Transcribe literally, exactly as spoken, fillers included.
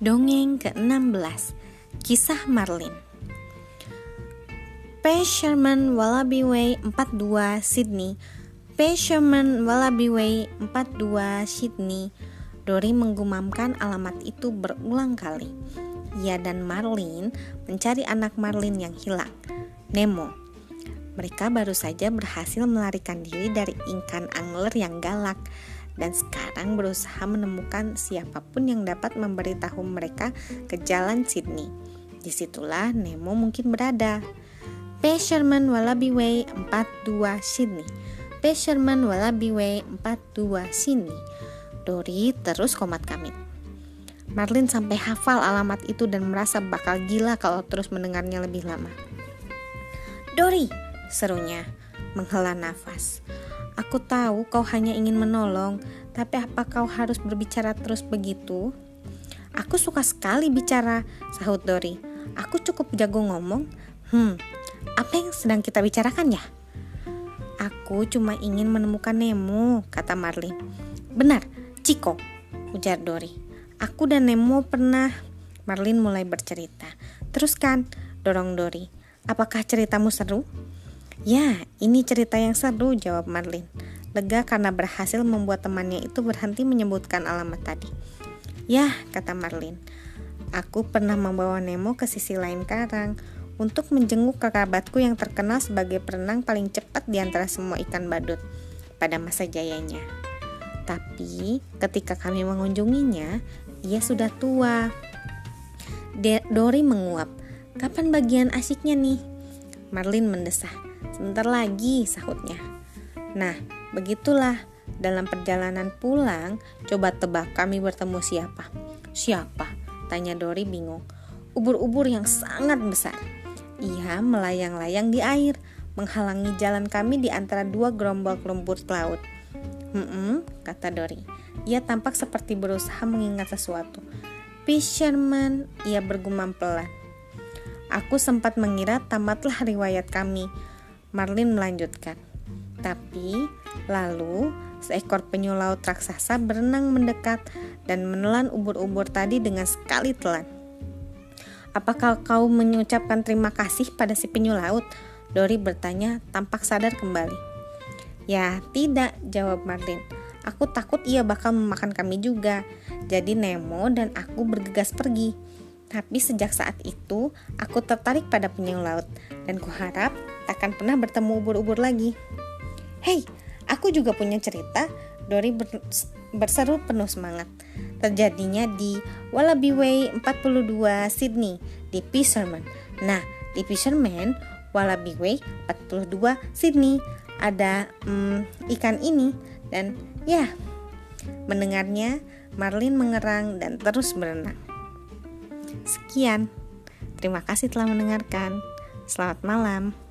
Dongeng keenam belas, Kisah Marlin. Fisherman Wallaby Way empat puluh dua Sydney. Fisherman Wallaby Way empat puluh dua Sydney. Dory menggumamkan alamat itu berulang kali. Ia dan Marlin mencari anak Marlin yang hilang, Nemo. Mereka baru saja berhasil melarikan diri dari ikan angler yang galak dan sekarang berusaha menemukan siapapun yang dapat memberitahu mereka ke jalan Sydney. Disitulah Nemo mungkin berada. Fisherman Wallaby Way empat puluh dua Sydney. Fisherman Wallaby Way empat puluh dua Sydney. Dory terus komat kamit. Marlin sampai hafal alamat itu dan merasa bakal gila kalau terus mendengarnya lebih lama. Dory, serunya, menghela nafas. Aku tahu kau hanya ingin menolong, tapi apa kau harus berbicara terus begitu? Aku suka sekali bicara, sahut Dory. Aku cukup jago ngomong. Hmm, apa yang sedang kita bicarakan ya? Aku cuma ingin menemukan Nemo, kata Marlin. Benar, Ciko, ujar Dory. Aku dan Nemo pernah... Marlin mulai bercerita. Teruskan, dorong Dory. Apakah ceritamu seru? Ya, ini cerita yang seru, jawab Marlin. Lega karena berhasil membuat temannya itu berhenti menyebutkan alamat tadi. Ya, kata Marlin. Aku pernah membawa Nemo ke sisi lain karang untuk menjenguk kerabatku yang terkenal sebagai perenang paling cepat di antara semua ikan badut pada masa jayanya. Tapi ketika kami mengunjunginya, ia sudah tua. De- Dory menguap. Kapan bagian asyiknya nih? Marlin mendesah. Sebentar lagi, sahutnya. Nah, begitulah. Dalam perjalanan pulang, coba tebak kami bertemu siapa? Siapa? Tanya Dory bingung. Ubur-ubur yang sangat besar. Ia melayang-layang di air, menghalangi jalan kami di antara dua gerombol rumput laut. Hmm, kata Dory. Ia tampak seperti berusaha mengingat sesuatu. Fisherman, ia bergumam pelan. Aku sempat mengira tamatlah riwayat kami. Marlin melanjutkan. Tapi lalu seekor penyu laut raksasa berenang mendekat dan menelan ubur-ubur tadi dengan sekali telan. Apakah kau mengucapkan terima kasih pada si penyu laut? Dory bertanya tampak sadar kembali. Ya tidak, jawab Marlin. Aku takut ia bakal memakan kami juga. Jadi Nemo dan aku bergegas pergi. Tapi sejak saat itu, aku tertarik pada penyu laut dan kuharap takkan pernah bertemu ubur-ubur lagi. Hei, aku juga punya cerita, Dory berseru penuh semangat. Terjadinya di Wallaby Way empat puluh dua Sydney, di Fisherman. Nah, di Fisherman, Wallaby Way empat puluh dua Sydney, ada hmm, ikan ini dan ya, mendengarnya Marlin mengerang dan terus berenang. Sekian, terima kasih telah mendengarkan. Selamat malam.